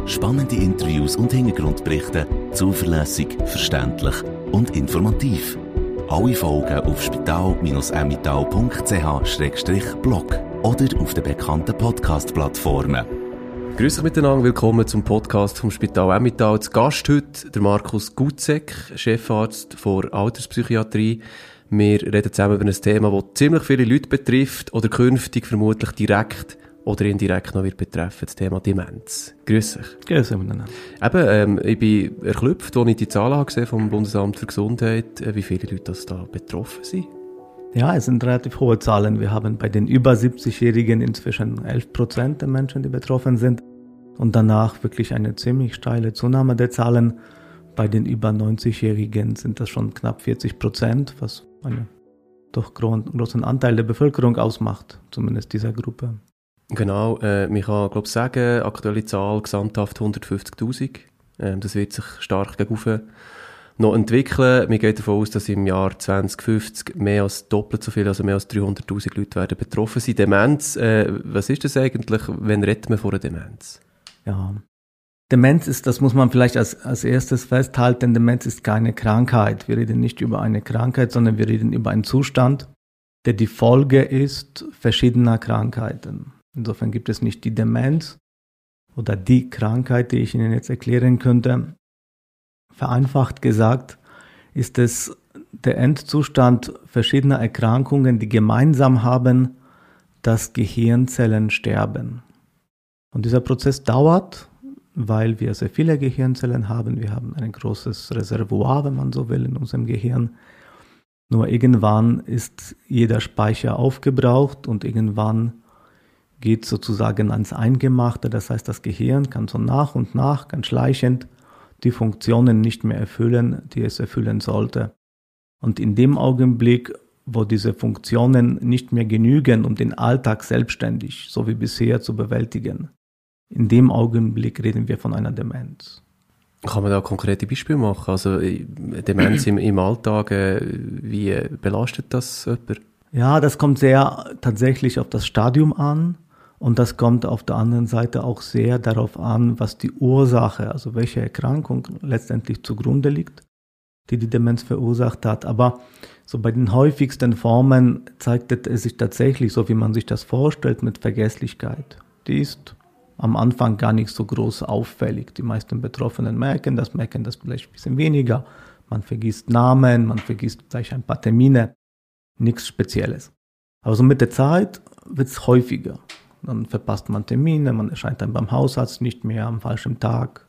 Spannende Interviews und Hintergrundberichte, zuverlässig, verständlich und informativ. Alle Folgen auf spital-emmental.ch/blog oder auf den bekannten Podcast-Plattformen. Grüß euch miteinander, willkommen zum Podcast vom Spital Emmental. Zu Gast heute der Markus Gutzek, Chefarzt der Alterspsychiatrie. Wir reden zusammen über ein Thema, das ziemlich viele Leute betrifft oder künftig vermutlich direkt oder indirekt noch wird betreffen, das Thema Demenz. Grüß euch. Grüß euch miteinander. Eben, ich bin erklüpft, als ich die Zahlen habe gesehen vom Bundesamt für Gesundheit, wie viele Leute das da betroffen sind. Ja, es sind relativ hohe Zahlen. Wir haben bei den über 70-Jährigen inzwischen 11% der Menschen, die betroffen sind. Und danach wirklich eine ziemlich steile Zunahme der Zahlen. Bei den über 90-Jährigen sind das schon knapp 40%, was einen doch großen Anteil der Bevölkerung ausmacht, zumindest dieser Gruppe. Genau, man kann glaube ich sagen, aktuelle Zahl gesamthaft 150'000. Das wird sich stark gegenüber noch entwickeln. Man geht davon aus, dass im Jahr 2050 mehr als doppelt so viel, also mehr als 300'000 Leute werden betroffen sein. Demenz, was ist das eigentlich? Wann redet man von einer Demenz? Ja, Demenz ist, das muss man vielleicht als erstes festhalten, Demenz ist keine Krankheit. Wir reden nicht über eine Krankheit, sondern wir reden über einen Zustand, der die Folge ist verschiedener Krankheiten. Insofern gibt es nicht die Demenz oder die Krankheit, die ich Ihnen jetzt erklären könnte. Vereinfacht gesagt ist es der Endzustand verschiedener Erkrankungen, die gemeinsam haben, dass Gehirnzellen sterben. Und dieser Prozess dauert, weil wir sehr viele Gehirnzellen haben. Wir haben ein großes Reservoir, wenn man so will, in unserem Gehirn. Nur irgendwann ist jeder Speicher aufgebraucht und irgendwann geht sozusagen ans Eingemachte. Das heißt, das Gehirn kann so nach und nach, ganz schleichend, die Funktionen nicht mehr erfüllen, die es erfüllen sollte. Und in dem Augenblick, wo diese Funktionen nicht mehr genügen, um den Alltag selbstständig, so wie bisher, zu bewältigen, in dem Augenblick reden wir von einer Demenz. Kann man da konkrete Beispiele machen? Also Demenz im Alltag, wie belastet das jemand? Ja, das kommt sehr tatsächlich auf das Stadium an. Und das kommt auf der anderen Seite auch sehr darauf an, was die Ursache, also welche Erkrankung letztendlich zugrunde liegt, die Demenz verursacht hat. Aber so bei den häufigsten Formen zeigt es sich tatsächlich, so wie man sich das vorstellt, mit Vergesslichkeit. Die ist am Anfang gar nicht so groß auffällig. Die meisten Betroffenen merken das vielleicht ein bisschen weniger. Man vergisst Namen, man vergisst vielleicht ein paar Termine, nichts Spezielles. Aber so mit der Zeit wird es häufiger. Dann verpasst man Termine, man erscheint dann beim Hausarzt nicht mehr am falschen Tag.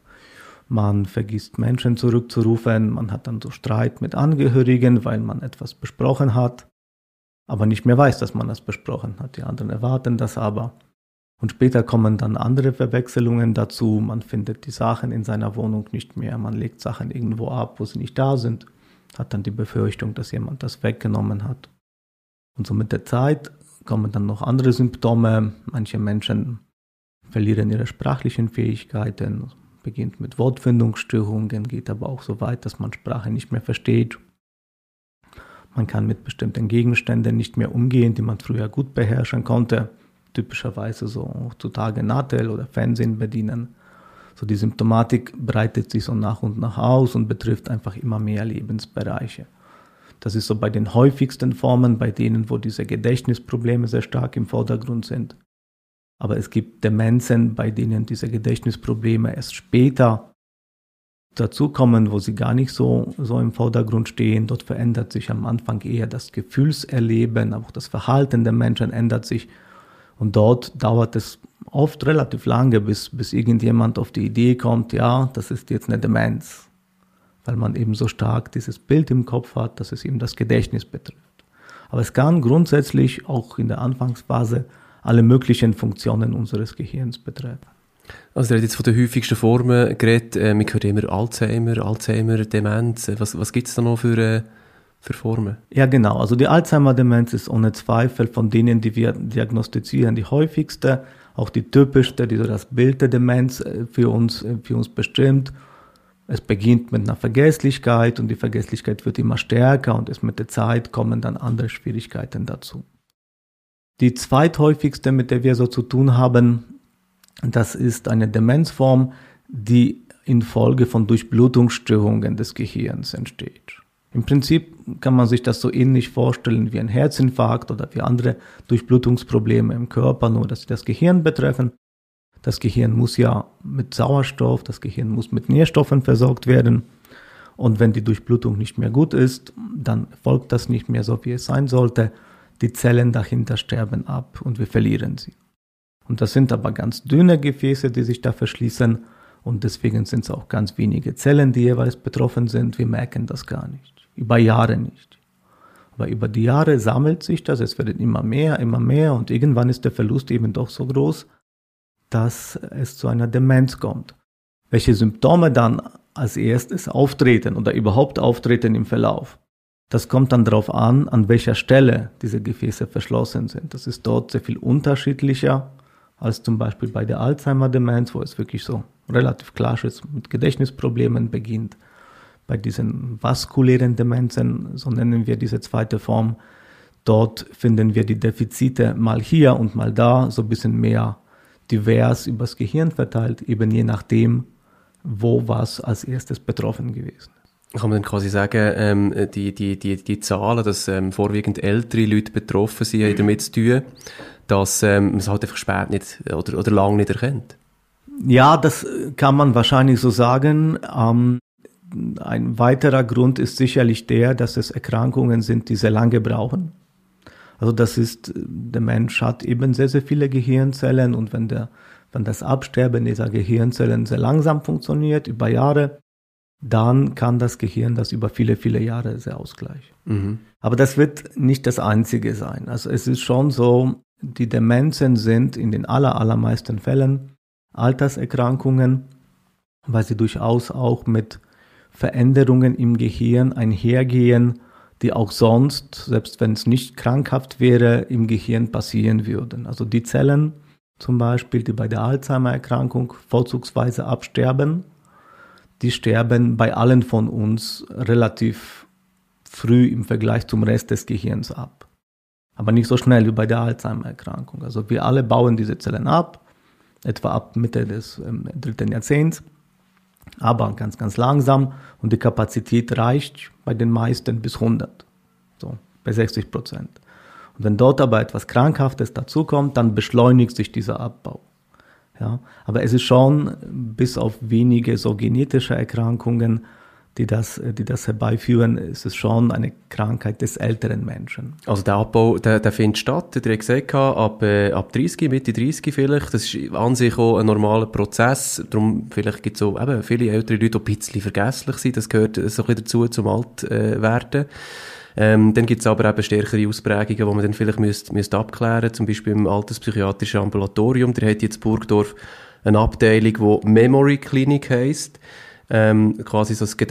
Man vergisst Menschen zurückzurufen, man hat dann so Streit mit Angehörigen, weil man etwas besprochen hat, aber nicht mehr weiß, dass man das besprochen hat. Die anderen erwarten das aber. Und später kommen dann andere Verwechslungen dazu. Man findet die Sachen in seiner Wohnung nicht mehr, man legt Sachen irgendwo ab, wo sie nicht da sind, hat dann die Befürchtung, dass jemand das weggenommen hat. Und so mit der Zeit kommen dann noch andere Symptome. Manche Menschen verlieren ihre sprachlichen Fähigkeiten, beginnt mit Wortfindungsstörungen, geht aber auch so weit, dass man Sprache nicht mehr versteht. Man kann mit bestimmten Gegenständen nicht mehr umgehen, die man früher gut beherrschen konnte. Typischerweise so heutzutage Nadel oder Fernsehen bedienen. So die Symptomatik breitet sich so nach und nach aus und betrifft einfach immer mehr Lebensbereiche. Das ist so bei den häufigsten Formen, bei denen, wo diese Gedächtnisprobleme sehr stark im Vordergrund sind. Aber es gibt Demenzen, bei denen diese Gedächtnisprobleme erst später dazukommen, wo sie gar nicht so im Vordergrund stehen. Dort verändert sich am Anfang eher das Gefühlserleben, aber auch das Verhalten der Menschen ändert sich. Und dort dauert es oft relativ lange, bis irgendjemand auf die Idee kommt, ja, das ist jetzt eine Demenz. Weil man eben so stark dieses Bild im Kopf hat, dass es eben das Gedächtnis betrifft. Aber es kann grundsätzlich auch in der Anfangsphase alle möglichen Funktionen unseres Gehirns betreffen. Also ihr habt jetzt von den häufigsten Formen geredet. Man hört immer Alzheimer, Demenz. Was gibt es da noch für Formen? Ja genau, also die Alzheimer-Demenz ist ohne Zweifel von denen, die wir diagnostizieren, die häufigste, auch die typischste, die so das Bild der Demenz für uns bestimmt. Es beginnt mit einer Vergesslichkeit und die Vergesslichkeit wird immer stärker und erst mit der Zeit kommen dann andere Schwierigkeiten dazu. Die zweithäufigste, mit der wir so zu tun haben, das ist eine Demenzform, die infolge von Durchblutungsstörungen des Gehirns entsteht. Im Prinzip kann man sich das so ähnlich vorstellen wie ein Herzinfarkt oder wie andere Durchblutungsprobleme im Körper, nur dass sie das Gehirn betreffen. Das Gehirn muss ja mit Sauerstoff, das Gehirn muss mit Nährstoffen versorgt werden. Und wenn die Durchblutung nicht mehr gut ist, dann folgt das nicht mehr so, wie es sein sollte. Die Zellen dahinter sterben ab und wir verlieren sie. Und das sind aber ganz dünne Gefäße, die sich da verschließen. Und deswegen sind es auch ganz wenige Zellen, die jeweils betroffen sind. Wir merken das gar nicht. Über Jahre nicht. Aber über die Jahre sammelt sich das, es werden immer mehr und irgendwann ist der Verlust eben doch so groß, dass es zu einer Demenz kommt. Welche Symptome dann als erstes auftreten oder überhaupt auftreten im Verlauf, das kommt dann darauf an welcher Stelle diese Gefäße verschlossen sind. Das ist dort sehr viel unterschiedlicher als zum Beispiel bei der Alzheimer-Demenz, wo es wirklich so relativ klar ist, mit Gedächtnisproblemen beginnt. Bei diesen vaskulären Demenzen, so nennen wir diese zweite Form, dort finden wir die Defizite mal hier und mal da, so ein bisschen mehr divers übers Gehirn verteilt, eben je nachdem, wo was als erstes betroffen gewesen ist. Kann man dann quasi sagen, die Zahlen, dass vorwiegend ältere Leute betroffen sind, haben damit zu tun, dass man es halt einfach spät nicht oder lange nicht erkennt? Ja, das kann man wahrscheinlich so sagen. Ein weiterer Grund ist sicherlich der, dass es Erkrankungen sind, die sehr lange brauchen. Also der Mensch hat eben sehr, sehr viele Gehirnzellen und wenn das Absterben dieser Gehirnzellen sehr langsam funktioniert, über Jahre, dann kann das Gehirn das über viele, viele Jahre sehr ausgleichen. Mhm. Aber das wird nicht das Einzige sein. Also es ist schon so, die Demenzen sind in den allermeisten Fällen Alterserkrankungen, weil sie durchaus auch mit Veränderungen im Gehirn einhergehen, die auch sonst, selbst wenn es nicht krankhaft wäre, im Gehirn passieren würden. Also die Zellen zum Beispiel, die bei der Alzheimer-Erkrankung vorzugsweise absterben, die sterben bei allen von uns relativ früh im Vergleich zum Rest des Gehirns ab. Aber nicht so schnell wie bei der Alzheimer-Erkrankung. Also wir alle bauen diese Zellen ab, etwa ab Mitte des 3. Jahrzehnts. Aber ganz, ganz langsam und die Kapazität reicht bei den meisten bis 100, so bei 60%. Und wenn dort aber etwas Krankhaftes dazukommt, dann beschleunigt sich dieser Abbau. Ja, aber es ist schon bis auf wenige so genetische Erkrankungen, die das herbeiführen, ist es schon eine Krankheit des älteren Menschen. Also der Abbau, der findet statt, der hat gesagt, ab 30, Mitte 30 vielleicht, das ist an sich auch ein normaler Prozess, darum vielleicht gibt es so eben viele ältere Leute, die ein bisschen vergesslich sind, das gehört so ein bisschen dazu, zum Altwerden. Dann gibt es aber eben stärkere Ausprägungen, die man dann vielleicht müsste abklären, zum Beispiel im Alterspsychiatrischen Ambulatorium, der hat jetzt Burgdorf eine Abteilung, die Memory Clinic heisst, quasi so das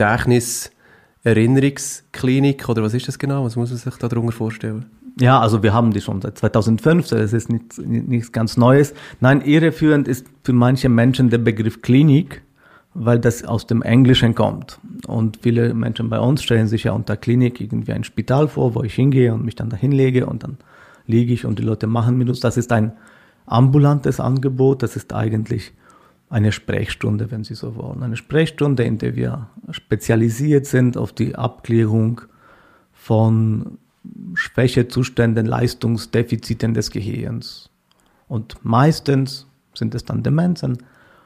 Gedächtnis-Erinnerungsklinik, oder was ist das genau? Was muss man sich darunter vorstellen? Ja, also wir haben die schon seit 2005, das ist nichts ganz Neues. Nein, irreführend ist für manche Menschen der Begriff Klinik, weil das aus dem Englischen kommt. Und viele Menschen bei uns stellen sich ja unter Klinik irgendwie ein Spital vor, wo ich hingehe und mich dann da hinlege und dann liege ich und die Leute machen mit uns. Das ist ein ambulantes Angebot, das ist eigentlich eine Sprechstunde, wenn Sie so wollen. Eine Sprechstunde, in der wir spezialisiert sind auf die Abklärung von Schwächezuständen, Leistungsdefiziten des Gehirns. Und meistens sind es dann Demenzen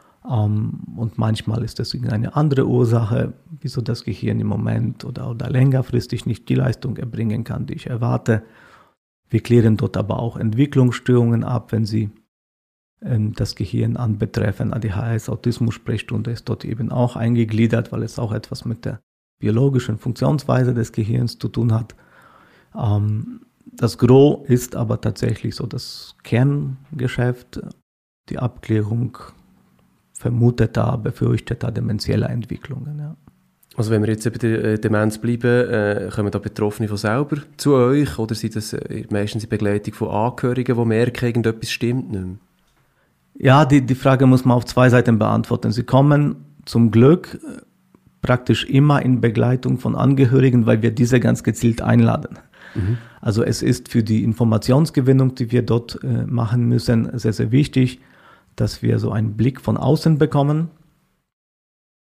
und manchmal ist es irgendeine andere Ursache, wieso das Gehirn im Moment oder längerfristig nicht die Leistung erbringen kann, die ich erwarte. Wir klären dort aber auch Entwicklungsstörungen ab, wenn sie das Gehirn anbetreffen. ADHS, Autismus-Sprechstunde ist dort eben auch eingegliedert, weil es auch etwas mit der biologischen Funktionsweise des Gehirns zu tun hat. Das Gros ist aber tatsächlich so das Kerngeschäft, die Abklärung vermuteter, befürchteter demenzieller Entwicklungen. Ja. Also wenn wir jetzt bei der Demenz bleiben, kommen da Betroffene von selber zu euch oder sind das meistens in Begleitung von Angehörigen, die merken, irgendetwas stimmt nicht mehr? Ja, die Frage muss man auf zwei Seiten beantworten. Sie kommen zum Glück praktisch immer in Begleitung von Angehörigen, weil wir diese ganz gezielt einladen. Mhm. Also es ist für die Informationsgewinnung, die wir dort machen müssen, sehr, sehr wichtig, dass wir so einen Blick von außen bekommen.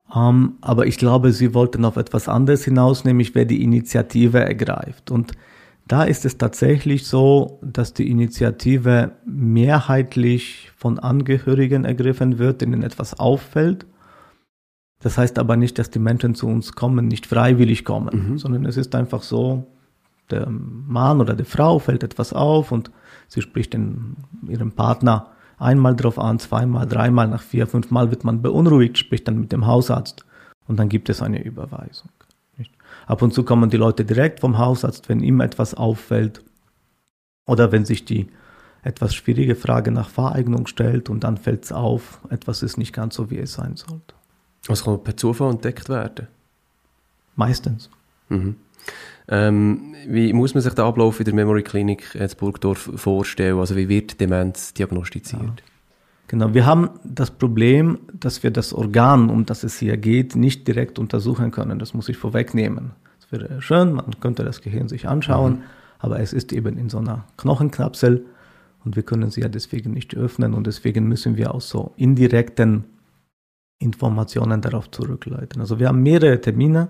Aber ich glaube, Sie wollten auf etwas anderes hinaus, nämlich wer die Initiative ergreift. Und da ist es tatsächlich so, dass die Initiative mehrheitlich von Angehörigen ergriffen wird, denen etwas auffällt. Das heißt aber nicht, dass die Menschen zu uns kommen, nicht freiwillig kommen, sondern es ist einfach so, der Mann oder die Frau fällt etwas auf und sie spricht ihrem Partner einmal drauf an, zweimal, dreimal, nach 4, 5 Mal wird man beunruhigt, spricht dann mit dem Hausarzt und dann gibt es eine Überweisung. Ab und zu kommen die Leute direkt vom Hausarzt, wenn ihm etwas auffällt oder wenn sich die etwas schwierige Frage nach Fahreignung stellt und dann fällt es auf, etwas ist nicht ganz so, wie es sein sollte. Was kann per Zufall entdeckt werden? Meistens. Wie muss man sich den Ablauf in der Memory Klinik in Burgdorf vorstellen? Also wie wird Demenz diagnostiziert? Ja. Genau, wir haben das Problem, dass wir das Organ, um das es hier geht, nicht direkt untersuchen können. Das muss ich vorwegnehmen. Es wäre schön, man könnte das Gehirn sich anschauen, aber es ist eben in so einer Knochenkapsel und wir können sie ja deswegen nicht öffnen und deswegen müssen wir aus so indirekten Informationen darauf zurückleiten. Also wir haben mehrere Termine,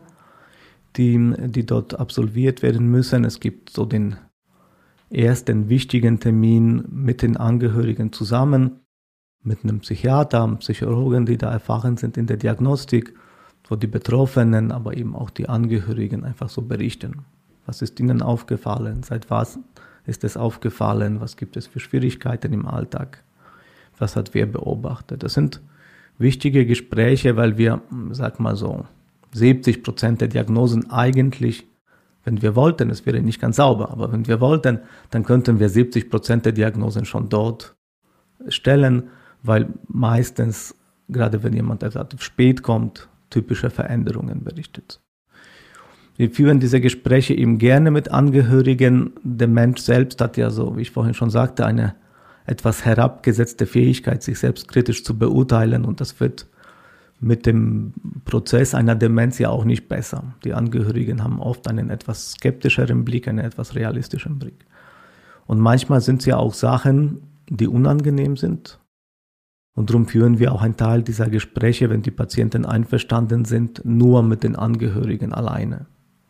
die dort absolviert werden müssen. Es gibt so den ersten wichtigen Termin mit den Angehörigen zusammen, mit einem Psychiater, Psychologen, die da erfahren sind in der Diagnostik, wo die Betroffenen, aber eben auch die Angehörigen einfach so berichten. Was ist ihnen aufgefallen? Seit was ist es aufgefallen? Was gibt es für Schwierigkeiten im Alltag? Was hat wer beobachtet? Das sind wichtige Gespräche, weil wir, sag mal so, 70% der Diagnosen eigentlich, wenn wir wollten, es wäre nicht ganz sauber, aber wenn wir wollten, dann könnten wir 70% der Diagnosen schon dort stellen, weil meistens, gerade wenn jemand relativ spät kommt, typische Veränderungen berichtet. Wir führen diese Gespräche eben gerne mit Angehörigen. Der Mensch selbst hat ja so, wie ich vorhin schon sagte, eine etwas herabgesetzte Fähigkeit, sich selbst kritisch zu beurteilen und das wird mit dem Prozess einer Demenz ja auch nicht besser. Die Angehörigen haben oft einen etwas skeptischeren Blick, einen etwas realistischen Blick. Und manchmal sind es ja auch Sachen, die unangenehm sind. Und darum führen wir auch einen Teil dieser Gespräche, wenn die Patienten einverstanden sind, nur mit den Angehörigen alleine.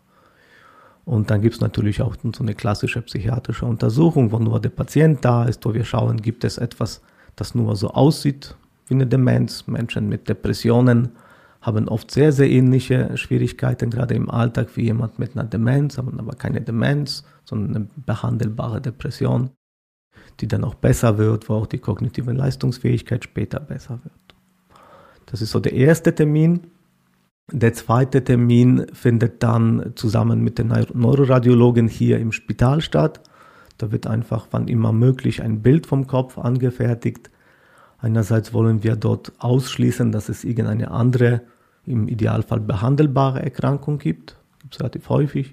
Und dann gibt es natürlich auch so eine klassische psychiatrische Untersuchung, wo nur der Patient da ist, wo wir schauen, gibt es etwas, das nur so aussieht wie eine Demenz. Menschen mit Depressionen haben oft sehr, sehr ähnliche Schwierigkeiten, gerade im Alltag, wie jemand mit einer Demenz, haben aber keine Demenz, sondern eine behandelbare Depression, die dann auch besser wird, wo auch die kognitive Leistungsfähigkeit später besser wird. Das ist so der erste Termin. Der zweite Termin findet dann zusammen mit den Neuroradiologen hier im Spital statt. Da wird einfach, wann immer möglich, ein Bild vom Kopf angefertigt. Einerseits wollen wir dort ausschließen, dass es irgendeine andere, im Idealfall behandelbare Erkrankung gibt. Gibt es relativ häufig.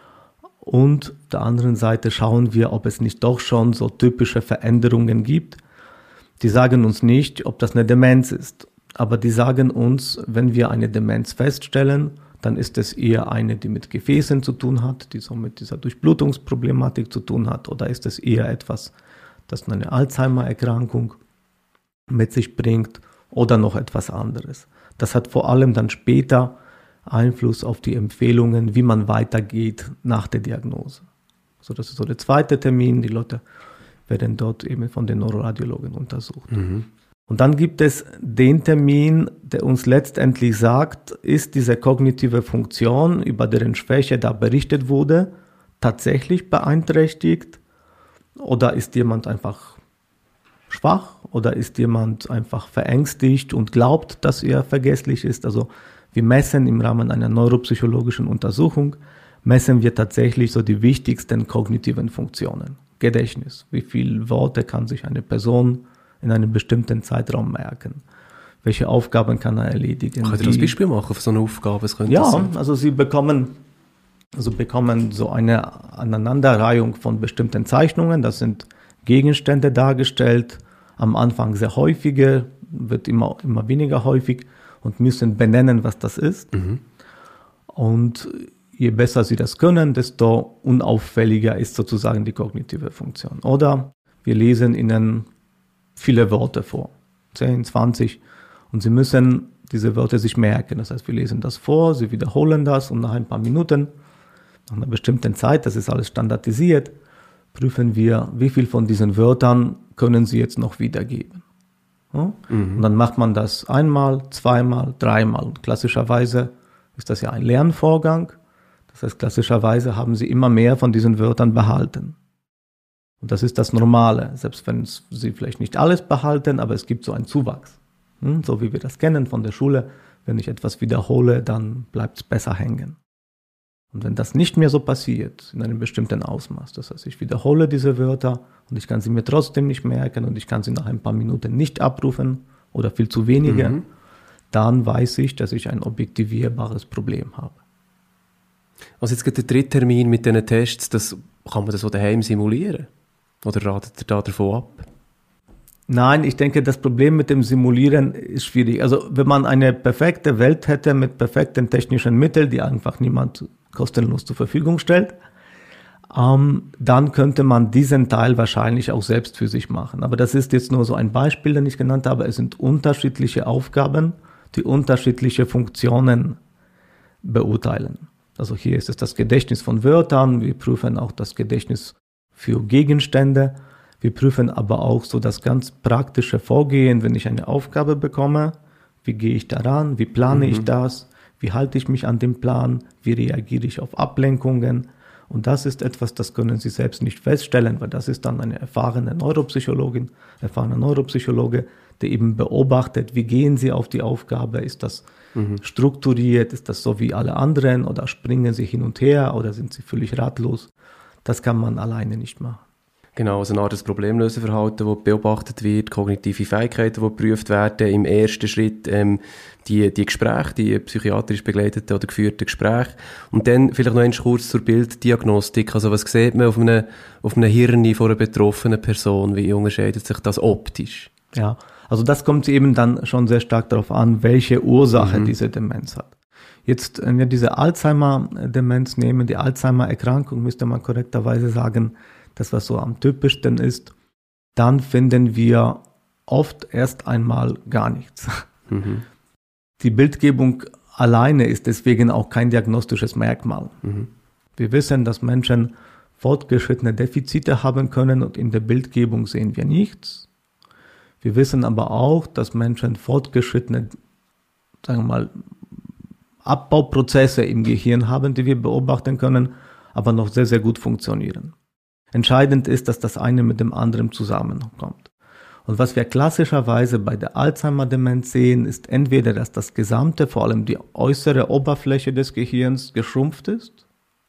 Und der anderen Seite schauen wir, ob es nicht doch schon so typische Veränderungen gibt. Die sagen uns nicht, ob das eine Demenz ist. Aber die sagen uns, wenn wir eine Demenz feststellen, dann ist es eher eine, die mit Gefäßen zu tun hat, die so mit dieser Durchblutungsproblematik zu tun hat, oder ist es eher etwas, das eine Alzheimer-Erkrankung mit sich bringt oder noch etwas anderes. Das hat vor allem dann später Einfluss auf die Empfehlungen, wie man weitergeht nach der Diagnose. So, das ist so der zweite Termin. Die Leute werden dort eben von den Neuroradiologen untersucht. Und dann gibt es den Termin, der uns letztendlich sagt, ist diese kognitive Funktion, über deren Schwäche da berichtet wurde, tatsächlich beeinträchtigt oder ist jemand einfach schwach oder ist jemand einfach verängstigt und glaubt, dass er vergesslich ist. Also wir messen im Rahmen einer neuropsychologischen Untersuchung, messen wir tatsächlich so die wichtigsten kognitiven Funktionen. Gedächtnis, wie viele Worte kann sich eine Person in einem bestimmten Zeitraum merken. Welche Aufgaben kann er erledigen? Könnt ihr das Beispiel machen für so eine Aufgabe? Also sie bekommen so eine Aneinanderreihung von bestimmten Zeichnungen. Das sind Gegenstände dargestellt. Am Anfang sehr häufige, wird immer weniger häufig und müssen benennen, was das ist. Und je besser sie das können, desto unauffälliger ist sozusagen die kognitive Funktion. Oder wir lesen ihnen viele Worte vor, 10, 20, und sie müssen diese Wörter sich merken. Das heißt, wir lesen das vor, sie wiederholen das und nach ein paar Minuten, nach einer bestimmten Zeit, das ist alles standardisiert, prüfen wir, wie viel von diesen Wörtern können sie jetzt noch wiedergeben. Ja? Und dann macht man das einmal, zweimal, dreimal. Und klassischerweise ist das ja ein Lernvorgang. Das heißt, klassischerweise haben sie immer mehr von diesen Wörtern behalten. Und das ist das Normale, selbst wenn sie vielleicht nicht alles behalten, aber es gibt so einen Zuwachs. So wie wir das kennen von der Schule, wenn ich etwas wiederhole, dann bleibt es besser hängen. Und wenn das nicht mehr so passiert, in einem bestimmten Ausmaß, das heißt, ich wiederhole diese Wörter und ich kann sie mir trotzdem nicht merken und ich kann sie nach ein paar Minuten nicht abrufen oder viel zu wenige, dann weiß ich, dass ich ein objektivierbares Problem habe. Also jetzt geht der dritte Termin mit diesen Tests, kann man das so daheim simulieren? Oder ratet ihr da davon ab? Nein, ich denke, das Problem mit dem Simulieren ist schwierig. Also wenn man eine perfekte Welt hätte mit perfekten technischen Mitteln, die einfach niemand kostenlos zur Verfügung stellt, dann könnte man diesen Teil wahrscheinlich auch selbst für sich machen. Aber das ist jetzt nur so ein Beispiel, den ich genannt habe. Es sind unterschiedliche Aufgaben, die unterschiedliche Funktionen beurteilen. Also hier ist es das Gedächtnis von Wörtern. Wir prüfen auch das Gedächtnis für Gegenstände. Wir prüfen aber auch so das ganz praktische Vorgehen, wenn ich eine Aufgabe bekomme. Wie gehe ich daran? Wie plane ich das? Wie halte ich mich an den Plan? Wie reagiere ich auf Ablenkungen? Und das ist etwas, das können Sie selbst nicht feststellen, weil das ist dann eine erfahrene Neuropsychologin, erfahrener Neuropsychologe, der eben beobachtet, wie gehen Sie auf die Aufgabe? Ist das strukturiert? Ist das so wie alle anderen? Oder springen Sie hin und her? Oder sind Sie völlig ratlos? Das kann man alleine nicht machen. Genau, also eine Art des Problemlöseverhalten, das beobachtet wird, kognitive Fähigkeiten, die geprüft werden, im ersten Schritt die Gespräche, die psychiatrisch begleiteten oder geführten Gespräche. Und dann vielleicht noch einmal kurz zur Bilddiagnostik. Also was sieht man auf einem Hirn von einer betroffenen Person? Wie unterscheidet sich das optisch? Ja, also das kommt eben dann schon sehr stark darauf an, welche Ursache diese Demenz hat. Jetzt, wenn wir diese Alzheimer-Demenz nehmen, die Alzheimer-Erkrankung, müsste man korrekterweise sagen, das, was so am typischsten ist, dann finden wir oft erst einmal gar nichts. Die Bildgebung alleine ist deswegen auch kein diagnostisches Merkmal. Wir wissen, dass Menschen fortgeschrittene Defizite haben können und in der Bildgebung sehen wir nichts. Wir wissen aber auch, dass Menschen fortgeschrittene, sagen wir mal, Abbauprozesse im Gehirn haben, die wir beobachten können, aber noch sehr, sehr gut funktionieren. Entscheidend ist, dass das eine mit dem anderen zusammenkommt. Und was wir klassischerweise bei der Alzheimer-Demenz sehen, ist entweder, dass das gesamte, vor allem die äußere Oberfläche des Gehirns geschrumpft ist,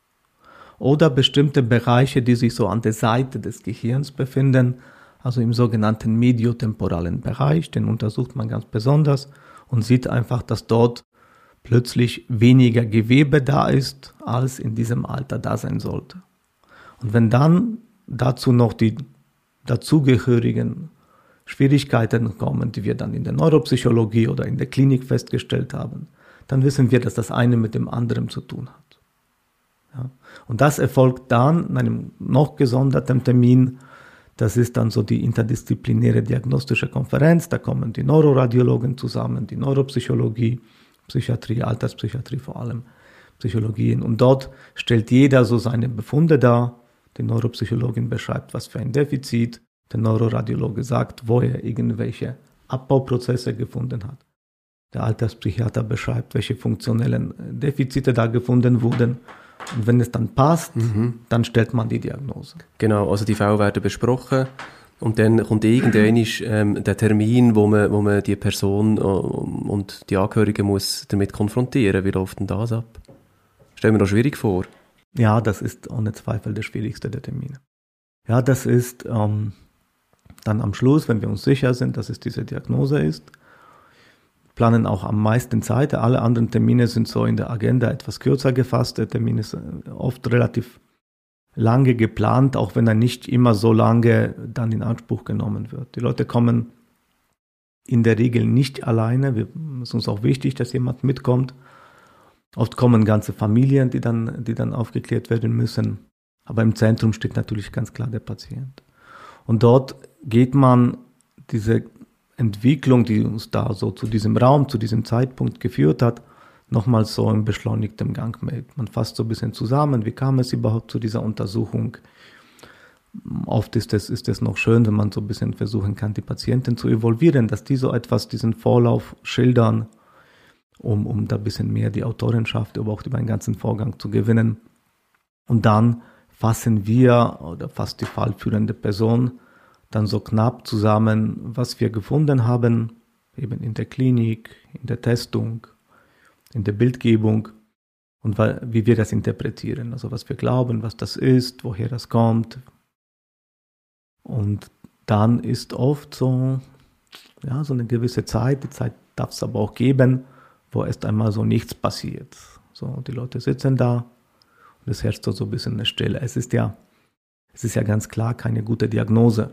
oder bestimmte Bereiche, die sich so an der Seite des Gehirns befinden, also im sogenannten mediotemporalen Bereich, den untersucht man ganz besonders und sieht einfach, dass dort plötzlich weniger Gewebe da ist, als in diesem Alter da sein sollte. Und wenn dann dazu noch die dazugehörigen Schwierigkeiten kommen, die wir dann in der Neuropsychologie oder in der Klinik festgestellt haben, dann wissen wir, dass das eine mit dem anderen zu tun hat. Ja. Und das erfolgt dann in einem noch gesonderten Termin. Das ist dann so die interdisziplinäre diagnostische Konferenz. Da kommen die Neuroradiologen zusammen, die Neuropsychologie, Psychiatrie, Alterspsychiatrie vor allem, Psychologien. Und dort stellt jeder so seine Befunde dar. Die Neuropsychologin beschreibt, was für ein Defizit. Der Neuroradiologe sagt, wo er irgendwelche Abbauprozesse gefunden hat. Der Alterspsychiater beschreibt, welche funktionellen Defizite da gefunden wurden. Und wenn es dann passt, dann stellt man die Diagnose. Genau, also die Fälle werden besprochen und dann kommt irgendwann der Termin, wo man die Person und die Angehörigen muss damit konfrontieren. Wie läuft denn das ab? Stellen wir noch schwierig vor. Ja, das ist ohne Zweifel der schwierigste der Termine. Ja, das ist dann am Schluss, wenn wir uns sicher sind, dass es diese Diagnose ist, planen auch am meisten Zeit. Alle anderen Termine sind so in der Agenda etwas kürzer gefasst. Der Termin ist oft relativ lange geplant, auch wenn er nicht immer so lange dann in Anspruch genommen wird. Die Leute kommen in der Regel nicht alleine. Es ist uns auch wichtig, dass jemand mitkommt. Oft kommen ganze Familien, die dann aufgeklärt werden müssen. Aber im Zentrum steht natürlich ganz klar der Patient. Und dort geht man diese Entwicklung, die uns da so zu diesem Raum, zu diesem Zeitpunkt geführt hat, nochmal so in beschleunigtem Gang mit. Man fasst so ein bisschen zusammen, wie kam es überhaupt zu dieser Untersuchung. Oft ist es noch schön, wenn man so ein bisschen versuchen kann, die Patienten zu involvieren, dass die so etwas, diesen Vorlauf schildern, um da ein bisschen mehr die Autorenschaft überhaupt über den ganzen Vorgang zu gewinnen. Und dann fassen wir oder fasst die fallführende Person dann so knapp zusammen, was wir gefunden haben, eben in der Klinik, in der Testung, in der Bildgebung und wie wir das interpretieren, also was wir glauben, was das ist, woher das kommt. Und dann ist oft so eine gewisse Zeit, die Zeit darf es aber auch geben, wo erst einmal so nichts passiert. So, die Leute sitzen da und es herrscht so ein bisschen eine Stille. Es ist ja ganz klar keine gute Diagnose.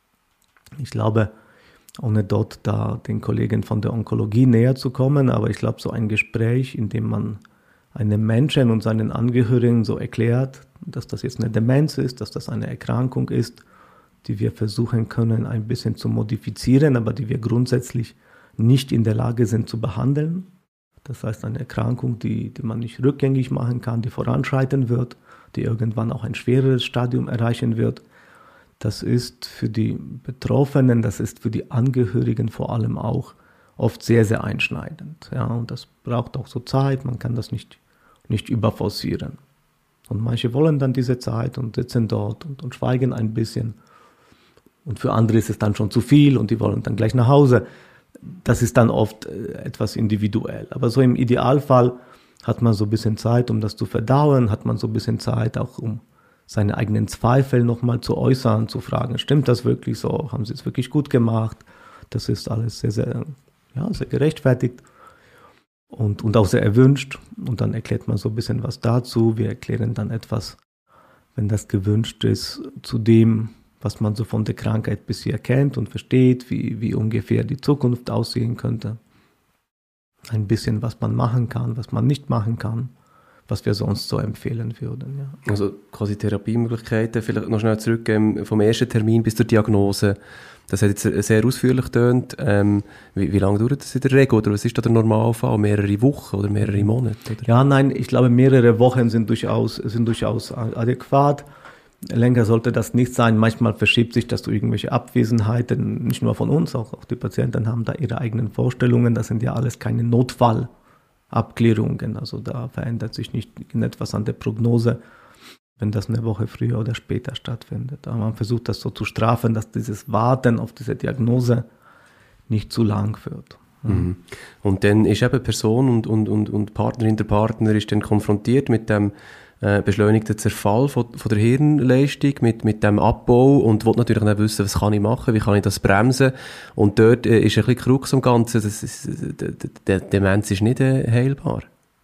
Ich glaube, ohne dort da den Kollegen von der Onkologie näher zu kommen, aber ich glaube, so ein Gespräch, in dem man einem Menschen und seinen Angehörigen so erklärt, dass das jetzt eine Demenz ist, dass das eine Erkrankung ist, die wir versuchen können, ein bisschen zu modifizieren, aber die wir grundsätzlich nicht in der Lage sind zu behandeln. Das heißt, eine Erkrankung, die man nicht rückgängig machen kann, die voranschreiten wird, die irgendwann auch ein schwereres Stadium erreichen wird. Das ist für die Betroffenen, das ist für die Angehörigen vor allem auch oft sehr, sehr einschneidend. Ja, und das braucht auch so Zeit, man kann das nicht überforcieren. Und manche wollen dann diese Zeit und sitzen dort und schweigen ein bisschen. Und für andere ist es dann schon zu viel und die wollen dann gleich nach Hause. Das ist dann oft etwas individuell. Aber so im Idealfall hat man so ein bisschen Zeit, um das zu verdauen, hat man so ein bisschen Zeit auch, um seine eigenen Zweifel nochmal zu äußern, zu fragen, stimmt das wirklich so? Haben Sie es wirklich gut gemacht? Das ist alles sehr, sehr, sehr gerechtfertigt und auch sehr erwünscht. Und dann erklärt man so ein bisschen was dazu. Wir erklären dann etwas, wenn das gewünscht ist, zu dem, was man so von der Krankheit bisher kennt und versteht, wie ungefähr die Zukunft aussehen könnte. Ein bisschen, was man machen kann, was man nicht machen kann, was wir sonst so empfehlen würden. Ja. Also quasi Therapiemöglichkeiten, vielleicht noch schnell zurück vom ersten Termin bis zur Diagnose. Das hat jetzt sehr ausführlich getönt. Wie lange dauert das in der Regel? Oder was ist da der Normalfall? Mehrere Wochen oder mehrere Monate? Oder? Ja, nein, ich glaube, mehrere Wochen sind durchaus adäquat. Länger sollte das nicht sein. Manchmal verschiebt sich das durch irgendwelche Abwesenheiten, nicht nur von uns, auch die Patienten haben da ihre eigenen Vorstellungen. Das sind ja alles keine Notfallabklärungen. Also da verändert sich nicht etwas an der Prognose, wenn das eine Woche früher oder später stattfindet. Aber man versucht das so zu strafen, dass dieses Warten auf diese Diagnose nicht zu lang wird. Mhm. Und dann ist eben Person und Partnerin, der Partner ist dann konfrontiert mit dem beschleunigten Zerfall von der Hirnleistung, mit dem Abbau und will natürlich dann wissen, was kann ich machen, wie kann ich das bremsen. Und dort ist ein bisschen Krux am Ganzen, die Demenz ist nicht heilbar.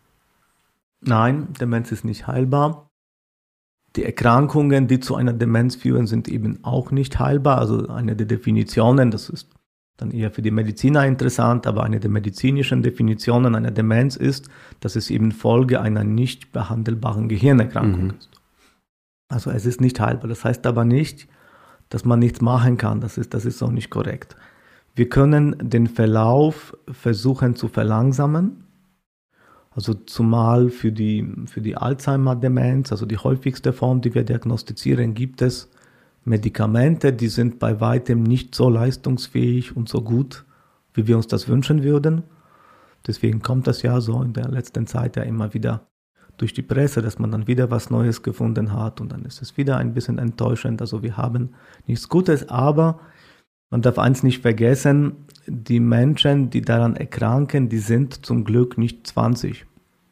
Nein, Demenz ist nicht heilbar. Die Erkrankungen, die zu einer Demenz führen, sind eben auch nicht heilbar. Also eine der Definitionen, das ist dann eher für die Mediziner interessant, aber eine der medizinischen Definitionen einer Demenz ist, dass es eben Folge einer nicht behandelbaren Gehirnerkrankung ist. Also es ist nicht heilbar. Das heißt aber nicht, dass man nichts machen kann. Das ist auch nicht korrekt. Wir können den Verlauf versuchen zu verlangsamen. Also zumal für die Alzheimer-Demenz, also die häufigste Form, die wir diagnostizieren, gibt es Medikamente, die sind bei weitem nicht so leistungsfähig und so gut, wie wir uns das wünschen würden. Deswegen kommt das ja so in der letzten Zeit ja immer wieder durch die Presse, dass man dann wieder was Neues gefunden hat und dann ist es wieder ein bisschen enttäuschend. Also wir haben nichts Gutes, aber man darf eins nicht vergessen, die Menschen, die daran erkranken, die sind zum Glück nicht 20.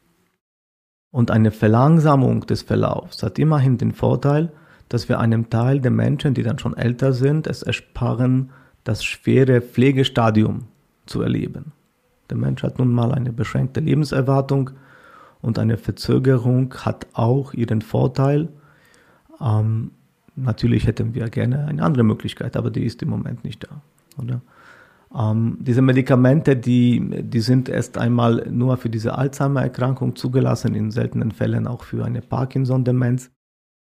Und eine Verlangsamung des Verlaufs hat immerhin den Vorteil, dass wir einem Teil der Menschen, die dann schon älter sind, es ersparen, das schwere Pflegestadium zu erleben. Der Mensch hat nun mal eine beschränkte Lebenserwartung und eine Verzögerung hat auch ihren Vorteil. Natürlich hätten wir gerne eine andere Möglichkeit, aber die ist im Moment nicht da. Oder? Diese Medikamente, die sind erst einmal nur für diese Alzheimer-Erkrankung zugelassen, in seltenen Fällen auch für eine Parkinson-Demenz.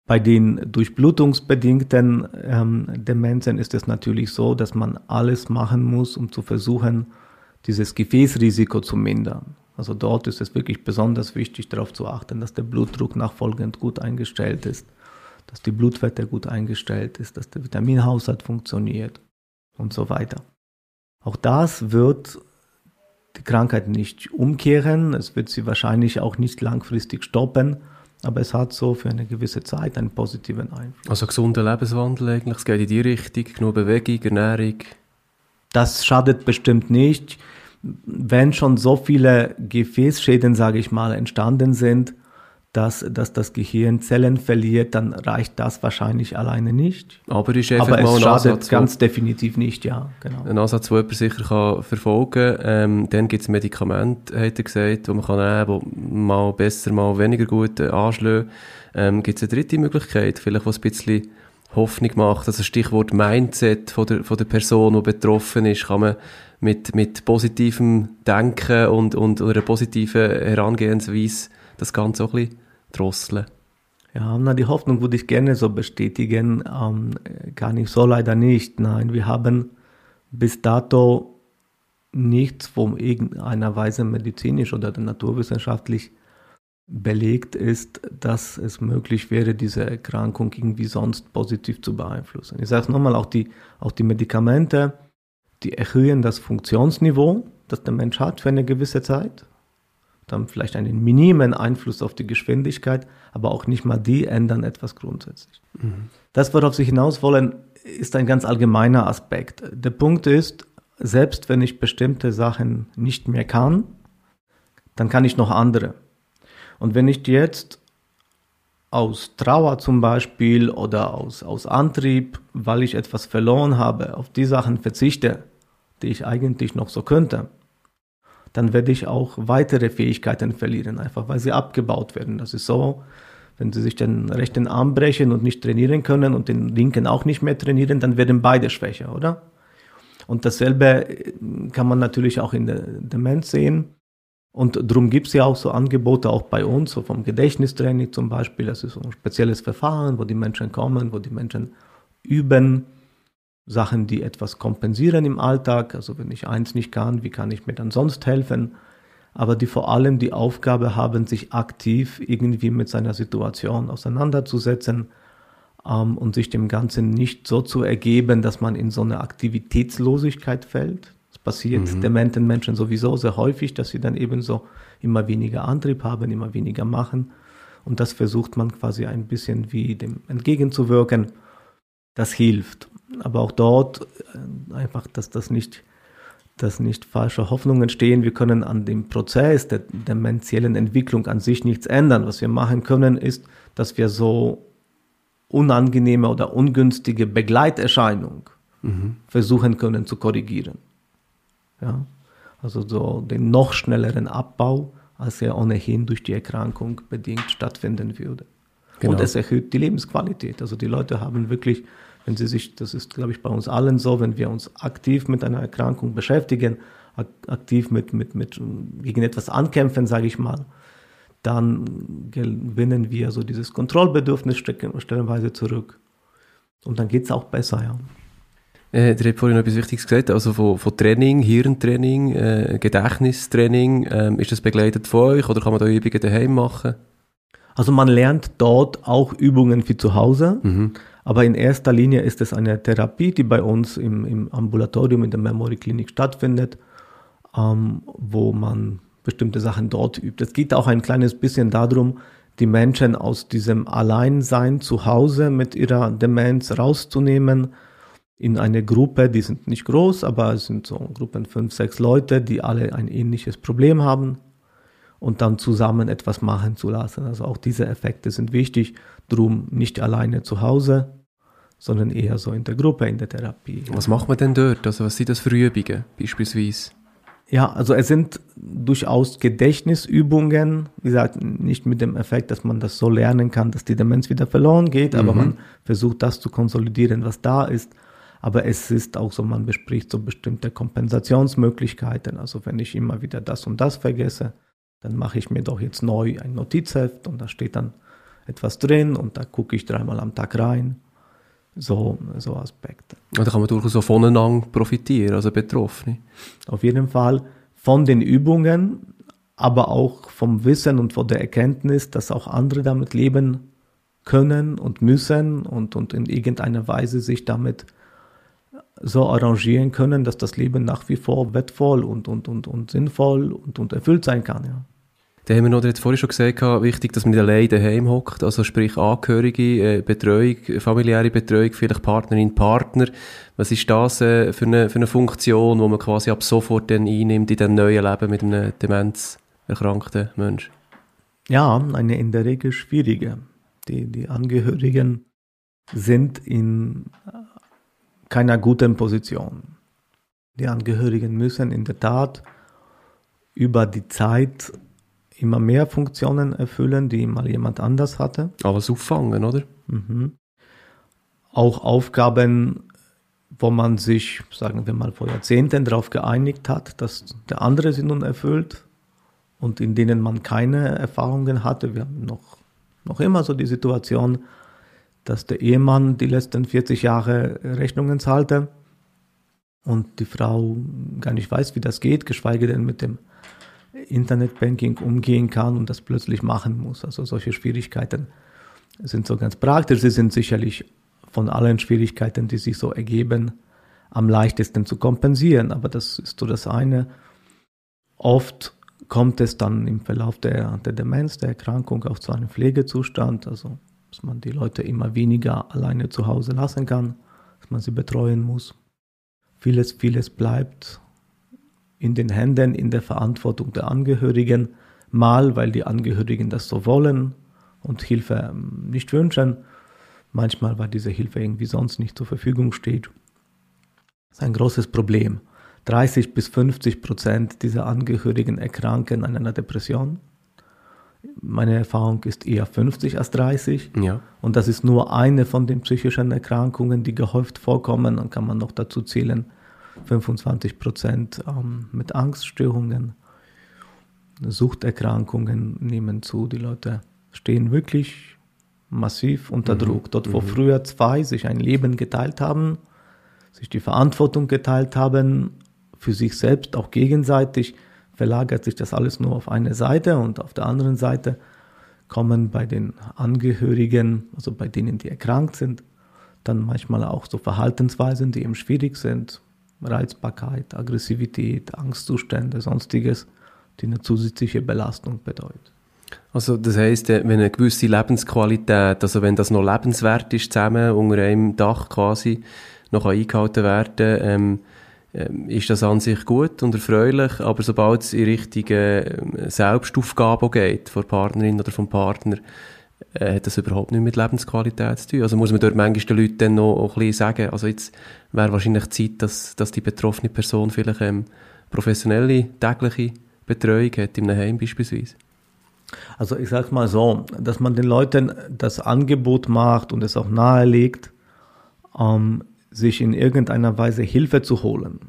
Bei den durchblutungsbedingten Demenzen ist es natürlich so, dass man alles machen muss, um zu versuchen, dieses Gefäßrisiko zu mindern. Also dort ist es wirklich besonders wichtig, darauf zu achten, dass der Blutdruck nachfolgend gut eingestellt ist, dass die Blutwerte gut eingestellt ist, dass der Vitaminhaushalt funktioniert und so weiter. Auch das wird die Krankheit nicht umkehren, es wird sie wahrscheinlich auch nicht langfristig stoppen, aber es hat so für eine gewisse Zeit einen positiven Einfluss. Also gesunder Lebenswandel eigentlich, es geht in die Richtung, genug Bewegung, Ernährung. Das schadet bestimmt nicht. Wenn schon so viele Gefäßschäden, sage ich mal, entstanden sind, dass das Gehirn Zellen verliert, dann reicht das wahrscheinlich alleine nicht. Aber ist einfach Aber mal es ein schadet Ansatz, ganz definitiv nicht, ja, genau. ein Ansatz, den jemand sicher kann verfolgen kann. Dann gibt es Medikamente, hat er gesagt, die man kann nehmen kann, die mal besser, mal weniger gut anschlagen. Gibt es eine dritte Möglichkeit, vielleicht was ein bisschen Hoffnung macht, also Stichwort Mindset von der Person, die betroffen ist, kann man mit positivem Denken und einer positiven Herangehensweise das Ganze auch ein bisschen drosseln. Ja, die Hoffnung würde ich gerne so bestätigen, kann ich so leider nicht. Nein, wir haben bis dato nichts, wo irgendeiner Weise medizinisch oder naturwissenschaftlich belegt ist, dass es möglich wäre, diese Erkrankung irgendwie sonst positiv zu beeinflussen. Ich sage es nochmal, auch die Medikamente, die erhöhen das Funktionsniveau, das der Mensch hat für eine gewisse Zeit, dann vielleicht einen minimen Einfluss auf die Geschwindigkeit, aber auch nicht mal die ändern etwas grundsätzlich. Mhm. Das, worauf Sie hinaus wollen, ist ein ganz allgemeiner Aspekt. Der Punkt ist, selbst wenn ich bestimmte Sachen nicht mehr kann, dann kann ich noch andere. Und wenn ich jetzt aus Trauer zum Beispiel oder aus Antrieb, weil ich etwas verloren habe, auf die Sachen verzichte, die ich eigentlich noch so könnte, dann werde ich auch weitere Fähigkeiten verlieren, einfach weil sie abgebaut werden. Das ist so, wenn Sie sich den rechten Arm brechen und nicht trainieren können und den linken auch nicht mehr trainieren, dann werden beide schwächer, oder? Und dasselbe kann man natürlich auch in der Demenz sehen. Und darum gibt es ja auch so Angebote auch bei uns, so vom Gedächtnistraining zum Beispiel. Das ist so ein spezielles Verfahren, wo die Menschen kommen, wo die Menschen üben, Sachen, die etwas kompensieren im Alltag. Also wenn ich eins nicht kann, wie kann ich mir dann sonst helfen? Aber die vor allem die Aufgabe haben, sich aktiv irgendwie mit seiner Situation auseinanderzusetzen und sich dem Ganzen nicht so zu ergeben, dass man in so eine Aktivitätslosigkeit fällt. Das passiert dementen Menschen sowieso sehr häufig, dass sie dann ebenso immer weniger Antrieb haben, immer weniger machen. Und das versucht man quasi ein bisschen wie dem entgegenzuwirken. Das hilft. Aber auch dort einfach, dass nicht falsche Hoffnungen entstehen. Wir können an dem Prozess der dementiellen Entwicklung an sich nichts ändern. Was wir machen können, ist, dass wir so unangenehme oder ungünstige Begleiterscheinung versuchen können zu korrigieren. Ja? Also so den noch schnelleren Abbau, als er ohnehin durch die Erkrankung bedingt stattfinden würde. Genau. Und es erhöht die Lebensqualität. Also die Leute haben wirklich, wenn sie sich, das ist glaube ich bei uns allen so, wenn wir uns aktiv mit einer Erkrankung beschäftigen, aktiv mit gegen etwas ankämpfen, sage ich mal, dann gewinnen wir so dieses Kontrollbedürfnis stellenweise zurück. Und dann geht es auch besser, ja. Der hat vorhin noch etwas Wichtiges gesagt, also von Training, Hirntraining, Gedächtnistraining, ist das begleitet von euch oder kann man da Übungen daheim machen? Also man lernt dort auch Übungen wie zu Hause, aber in erster Linie ist es eine Therapie, die bei uns im Ambulatorium in der Memory Klinik stattfindet, wo man bestimmte Sachen dort übt. Es geht auch ein kleines bisschen darum, die Menschen aus diesem Alleinsein zu Hause mit ihrer Demenz rauszunehmen, in eine Gruppe, die sind nicht groß, aber es sind so Gruppen 5, 6 Leute, die alle ein ähnliches Problem haben und dann zusammen etwas machen zu lassen. Also auch diese Effekte sind wichtig, drum nicht alleine zu Hause, sondern eher so in der Gruppe, in der Therapie. Was macht man denn dort? Also was sind das für Übungen beispielsweise? Ja, also es sind durchaus Gedächtnisübungen, wie gesagt, nicht mit dem Effekt, dass man das so lernen kann, dass die Demenz wieder verloren geht, aber man versucht das zu konsolidieren, was da ist. Aber es ist auch so, man bespricht so bestimmte Kompensationsmöglichkeiten. Also wenn ich immer wieder das und das vergesse, dann mache ich mir doch jetzt neu ein Notizheft und da steht dann etwas drin und da gucke ich 3-mal am Tag rein. So Aspekte. Und da kann man durchaus auch voneinander profitieren, also Betroffene. Auf jeden Fall von den Übungen, aber auch vom Wissen und von der Erkenntnis, dass auch andere damit leben können und müssen und in irgendeiner Weise sich damit so arrangieren können, dass das Leben nach wie vor wertvoll und sinnvoll und erfüllt sein kann. Ja. Da haben wir noch jetzt vorhin schon gesagt, wichtig, dass man nicht allein daheim hockt, also sprich Angehörige, Betreuung, familiäre Betreuung, vielleicht Partnerin, Partner. Was ist das für eine Funktion, die man quasi ab sofort dann einnimmt in dem neuen Leben mit einem demenzerkrankten Menschen? Ja, eine in der Regel schwierige. Die Angehörigen sind in keiner guten Position. Die Angehörigen müssen in der Tat über die Zeit immer mehr Funktionen erfüllen, die mal jemand anders hatte. Alles auffangen, oder? Mhm. Auch Aufgaben, wo man sich, sagen wir mal, vor Jahrzehnten darauf geeinigt hat, dass der andere sie nun erfüllt und in denen man keine Erfahrungen hatte. Wir haben noch immer so die Situation, dass der Ehemann die letzten 40 Jahre Rechnungen zahlte und die Frau gar nicht weiß, wie das geht, geschweige denn mit dem Internetbanking umgehen kann und das plötzlich machen muss. Also solche Schwierigkeiten sind so ganz praktisch. Sie sind sicherlich von allen Schwierigkeiten, die sich so ergeben, am leichtesten zu kompensieren. Aber das ist so das eine. Oft kommt es dann im Verlauf der Demenz, der Erkrankung auch zu einem Pflegezustand, also dass man die Leute immer weniger alleine zu Hause lassen kann, dass man sie betreuen muss. Vieles bleibt in den Händen, in der Verantwortung der Angehörigen, mal weil die Angehörigen das so wollen und Hilfe nicht wünschen, manchmal weil diese Hilfe irgendwie sonst nicht zur Verfügung steht. Das ist ein großes Problem. 30-50% dieser Angehörigen erkranken an einer Depression. Meine Erfahrung ist eher 50 als 30. Ja. Und das ist nur eine von den psychischen Erkrankungen, die gehäuft vorkommen. Dann kann man noch dazu zählen 25% mit Angststörungen. Suchterkrankungen nehmen zu. Die Leute stehen wirklich massiv unter Druck. Dort, wo früher zwei sich ein Leben geteilt haben, sich die Verantwortung geteilt haben, für sich selbst auch gegenseitig, verlagert sich das alles nur auf eine Seite und auf der anderen Seite kommen bei den Angehörigen, also bei denen, die erkrankt sind, dann manchmal auch so Verhaltensweisen, die eben schwierig sind, Reizbarkeit, Aggressivität, Angstzustände, sonstiges, die eine zusätzliche Belastung bedeuten. Also das heisst, wenn eine gewisse Lebensqualität, also wenn das noch lebenswert ist, zusammen unter einem Dach quasi noch eingehalten werden, ist das an sich gut und erfreulich, aber sobald es in Richtung Selbstaufgabe geht, von der Partnerin oder vom Partner, hat das überhaupt nicht mit Lebensqualität zu tun. Also muss man dort manchmal den Leuten dann noch ein bisschen sagen, also jetzt wäre wahrscheinlich Zeit, dass die betroffene Person vielleicht professionelle, tägliche Betreuung hat, in einem Heim beispielsweise. Also ich sage mal so, dass man den Leuten das Angebot macht und es auch nahelegt, sich in irgendeiner Weise Hilfe zu holen.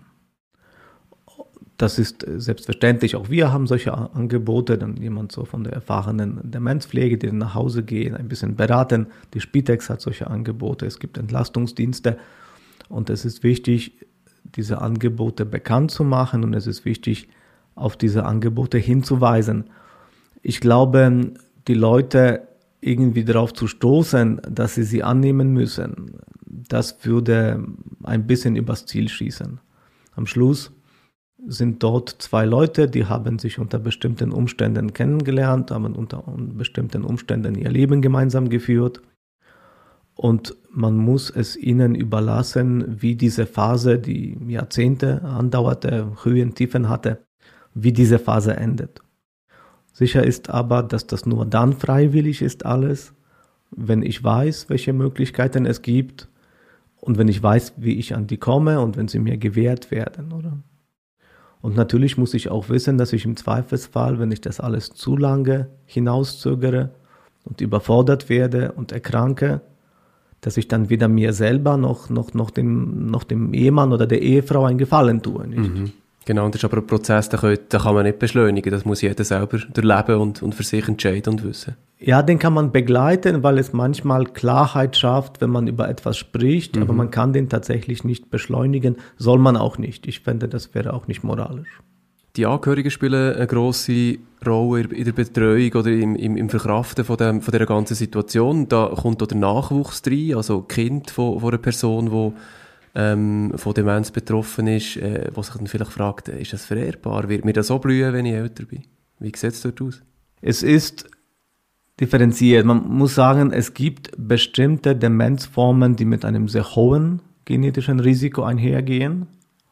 Das ist selbstverständlich. Auch wir haben solche Angebote. Dann jemand so von der erfahrenen Demenzpflege, die nach Hause gehen, ein bisschen beraten. Die Spitex hat solche Angebote. Es gibt Entlastungsdienste. Und es ist wichtig, diese Angebote bekannt zu machen. Und es ist wichtig, auf diese Angebote hinzuweisen. Ich glaube, die Leute irgendwie darauf zu stoßen, dass sie annehmen müssen, das würde ein bisschen übers Ziel schießen. Am Schluss sind dort zwei Leute, die haben sich unter bestimmten Umständen kennengelernt, haben unter bestimmten Umständen ihr Leben gemeinsam geführt. Und man muss es ihnen überlassen, wie diese Phase, die Jahrzehnte andauerte, Höhen, Tiefen hatte, wie diese Phase endet. Sicher ist aber, dass das nur dann freiwillig ist alles, wenn ich weiß, welche Möglichkeiten es gibt und wenn ich weiß, wie ich an die komme und wenn sie mir gewährt werden, oder? Und natürlich muss ich auch wissen, dass ich im Zweifelsfall, wenn ich das alles zu lange hinauszögere und überfordert werde und erkranke, dass ich dann weder mir selber noch dem Ehemann oder der Ehefrau einen Gefallen tue. Nicht? Genau, und das ist aber ein Prozess, den kann man nicht beschleunigen. Das muss jeder selber durchleben und für sich entscheiden und wissen. Ja, den kann man begleiten, weil es manchmal Klarheit schafft, wenn man über etwas spricht, aber man kann den tatsächlich nicht beschleunigen, soll man auch nicht. Ich finde, das wäre auch nicht moralisch. Die Angehörigen spielen eine grosse Rolle in der Betreuung oder im Verkraften von dieser ganzen Situation. Da kommt auch der Nachwuchs rein, also Kind von einer Person, die von Demenz betroffen ist, die sich dann vielleicht fragt, ist das vererbbar? Wird mir das so blühen, wenn ich älter bin? Wie sieht es dort aus? Es ist differenziert. Man muss sagen, es gibt bestimmte Demenzformen, die mit einem sehr hohen genetischen Risiko einhergehen.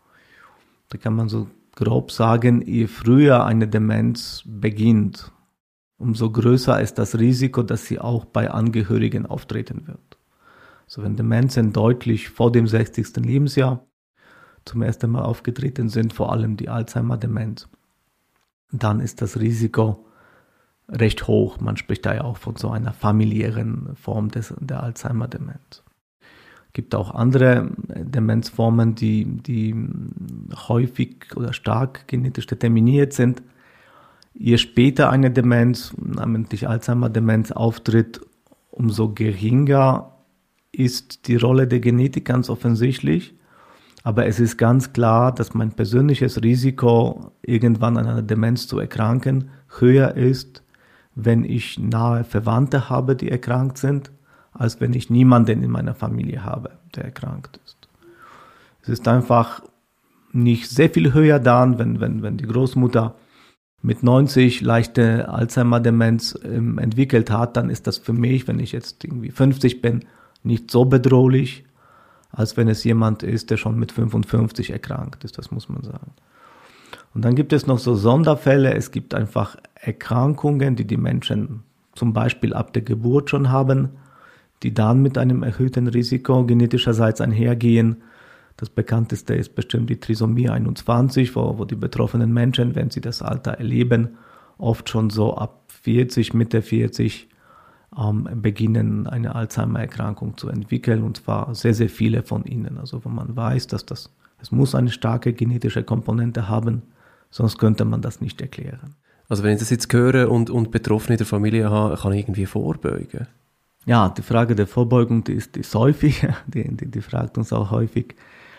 Da kann man so grob sagen, je früher eine Demenz beginnt, umso größer ist das Risiko, dass sie auch bei Angehörigen auftreten wird. Also wenn Demenzen deutlich vor dem 60. Lebensjahr zum ersten Mal aufgetreten sind, vor allem die Alzheimer-Demenz, dann ist das Risiko recht hoch. Man spricht da ja auch von so einer familiären Form der Alzheimer-Demenz. Es gibt auch andere Demenzformen, die häufig oder stark genetisch determiniert sind. Je später eine Demenz, namentlich Alzheimer-Demenz, auftritt, umso geringer ist die Rolle der Genetik ganz offensichtlich. Aber es ist ganz klar, dass mein persönliches Risiko, irgendwann an einer Demenz zu erkranken, höher ist, wenn ich nahe Verwandte habe, die erkrankt sind, als wenn ich niemanden in meiner Familie habe, der erkrankt ist. Es ist einfach nicht sehr viel höher dann, wenn die Großmutter mit 90 leichte Alzheimer-Demenz entwickelt hat, dann ist das für mich, wenn ich jetzt irgendwie 50 bin, nicht so bedrohlich, als wenn es jemand ist, der schon mit 55 erkrankt ist, das muss man sagen. Und dann gibt es noch so Sonderfälle, es gibt einfach Erkrankungen, die Menschen zum Beispiel ab der Geburt schon haben, die dann mit einem erhöhten Risiko genetischerseits einhergehen. Das bekannteste ist bestimmt die Trisomie 21, wo die betroffenen Menschen, wenn sie das Alter erleben, oft schon so ab 40, Mitte 40 beginnen, eine Alzheimer-Erkrankung zu entwickeln, und zwar sehr, sehr viele von ihnen. Also wo man weiß, dass es muss eine starke genetische Komponente haben, sonst könnte man das nicht erklären. Also wenn ich das jetzt höre und Betroffene in der Familie habe, kann ich irgendwie vorbeugen? Ja, die Frage der Vorbeugung, die ist häufig, die fragt uns auch häufig.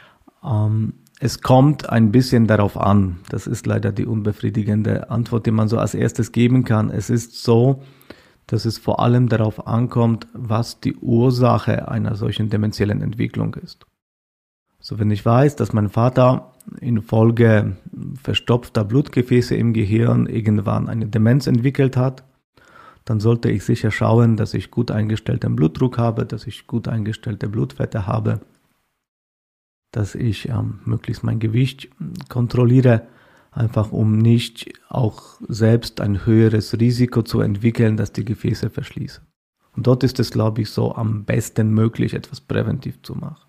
Es kommt ein bisschen darauf an, das ist leider die unbefriedigende Antwort, die man so als erstes geben kann. Es ist so, dass es vor allem darauf ankommt, was die Ursache einer solchen dementiellen Entwicklung ist. Also wenn ich weiß, dass mein Vater infolge verstopfter Blutgefäße im Gehirn irgendwann eine Demenz entwickelt hat, dann sollte ich sicher schauen, dass ich gut eingestellten Blutdruck habe, dass ich gut eingestellte Blutfette habe, dass ich möglichst mein Gewicht kontrolliere, einfach um nicht auch selbst ein höheres Risiko zu entwickeln, dass die Gefäße verschließen. Und dort ist es, glaube ich, so am besten möglich, etwas präventiv zu machen.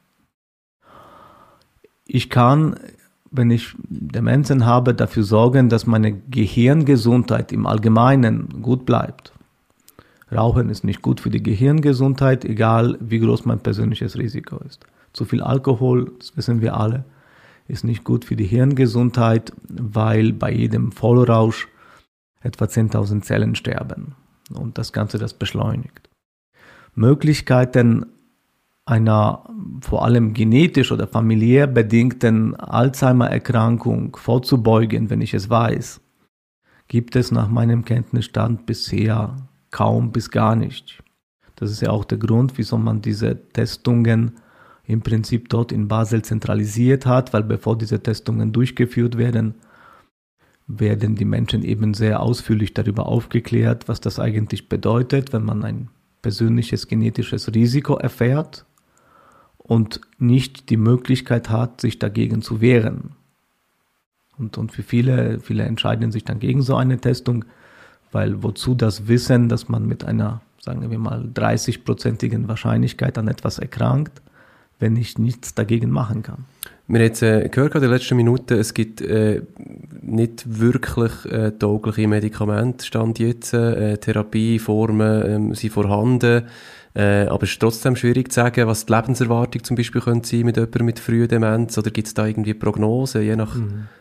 Ich kann, wenn ich Demenzen habe, dafür sorgen, dass meine Gehirngesundheit im Allgemeinen gut bleibt. Rauchen ist nicht gut für die Gehirngesundheit, egal wie groß mein persönliches Risiko ist. Zu viel Alkohol, das wissen wir alle, ist nicht gut für die Hirngesundheit, weil bei jedem Vollrausch etwa 10.000 Zellen sterben und das Ganze das beschleunigt. Möglichkeiten einer vor allem genetisch oder familiär bedingten Alzheimer-Erkrankung vorzubeugen, wenn ich es weiß, gibt es nach meinem Kenntnisstand bisher kaum bis gar nicht. Das ist ja auch der Grund, wieso man diese Testungen im Prinzip dort in Basel zentralisiert hat, weil bevor diese Testungen durchgeführt werden, werden die Menschen eben sehr ausführlich darüber aufgeklärt, was das eigentlich bedeutet, wenn man ein persönliches genetisches Risiko erfährt und nicht die Möglichkeit hat, sich dagegen zu wehren. Und für viele entscheiden sich dann gegen so eine Testung, weil wozu das Wissen, dass man mit einer, sagen wir mal, 30-prozentigen Wahrscheinlichkeit an etwas erkrankt, wenn ich nichts dagegen machen kann. Wir haben jetzt gehört in den letzten Minuten, es gibt nicht wirklich taugliche Medikamente, Stand jetzt. Therapieformen sind vorhanden, aber es ist trotzdem schwierig zu sagen, was die Lebenserwartung zum Beispiel könnte sein mit jemandem mit früher Demenz, oder gibt es da irgendwie Prognosen, je nach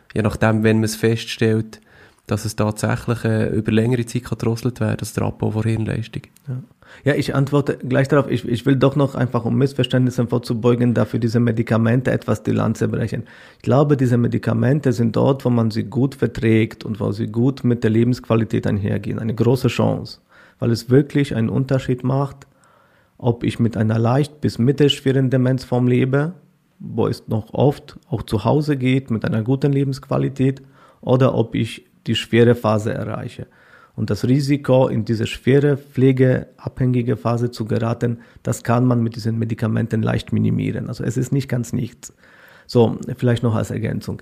je nachdem, wenn man es feststellt, dass es tatsächlich über längere Zeit gedrosselt werden kann, also der Abbau von Hirnleistung. Ja, ich antworte gleich darauf. Ich will doch noch einfach, um Missverständnissen vorzubeugen, dafür diese Medikamente etwas die Lanze brechen. Ich glaube, diese Medikamente sind dort, wo man sie gut verträgt und wo sie gut mit der Lebensqualität einhergehen. Eine große Chance, weil es wirklich einen Unterschied macht, ob ich mit einer leicht bis mittelschweren Demenzform lebe, wo es noch oft auch zu Hause geht, mit einer guten Lebensqualität, oder ob ich die schwere Phase erreiche. Und das Risiko, in diese schwere pflegeabhängige Phase zu geraten, das kann man mit diesen Medikamenten leicht minimieren. Also es ist nicht ganz nichts. So, vielleicht noch als Ergänzung.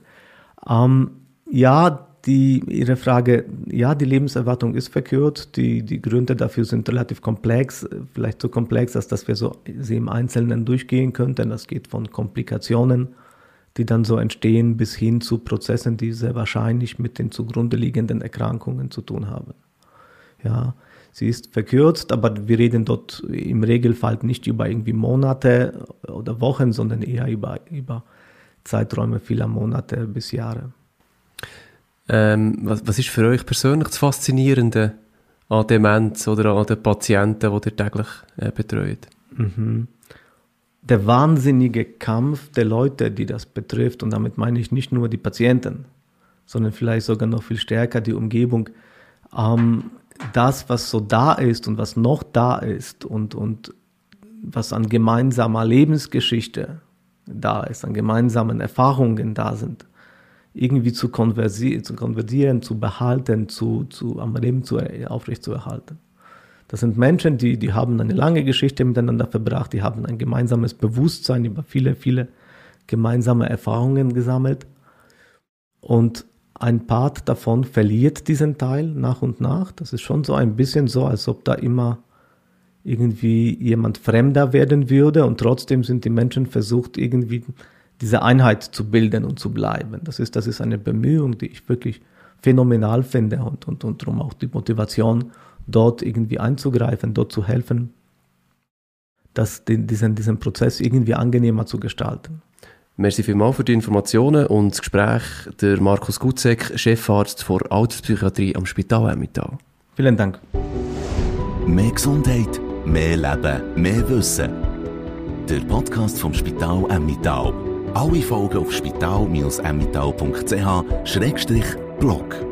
Ihre Frage, ja, die Lebenserwartung ist verkürzt. Die Gründe dafür sind relativ komplex, vielleicht so komplex, als dass wir sie im Einzelnen durchgehen könnten. Das geht von Komplikationen, die dann so entstehen, bis hin zu Prozessen, die sehr wahrscheinlich mit den zugrunde liegenden Erkrankungen zu tun haben. Ja, sie ist verkürzt, aber wir reden dort im Regelfall nicht über irgendwie Monate oder Wochen, sondern eher über Zeiträume vieler Monate bis Jahre. Was ist für euch persönlich das Faszinierende an Demenz oder an den Patienten, die ihr täglich betreut? Der wahnsinnige Kampf der Leute, die das betrifft, und damit meine ich nicht nur die Patienten, sondern vielleicht sogar noch viel stärker die Umgebung, das, was so da ist und was noch da ist und was an gemeinsamer Lebensgeschichte da ist, an gemeinsamen Erfahrungen da sind, irgendwie zu konvertieren, zu behalten, am Leben aufrechtzuerhalten. Das sind Menschen, die haben eine lange Geschichte miteinander verbracht, die haben ein gemeinsames Bewusstsein über viele, viele gemeinsame Erfahrungen gesammelt. Und ein Part davon verliert diesen Teil nach und nach. Das ist schon so ein bisschen so, als ob da immer irgendwie jemand fremder werden würde, und trotzdem sind die Menschen versucht, irgendwie diese Einheit zu bilden und zu bleiben. Das ist eine Bemühung, die ich wirklich phänomenal finde, und darum auch die Motivation, dort irgendwie einzugreifen, dort zu helfen, diesen Prozess irgendwie angenehmer zu gestalten. Merci vielmals für die Informationen und das Gespräch. Der Markus Gutzek, Chefarzt der Alterspsychiatrie am Spital Emmental. Vielen Dank. Mehr Gesundheit, mehr Leben, mehr Wissen. Der Podcast vom Spital Emmental. Alle Folgen auf spital-emmental.ch/blog.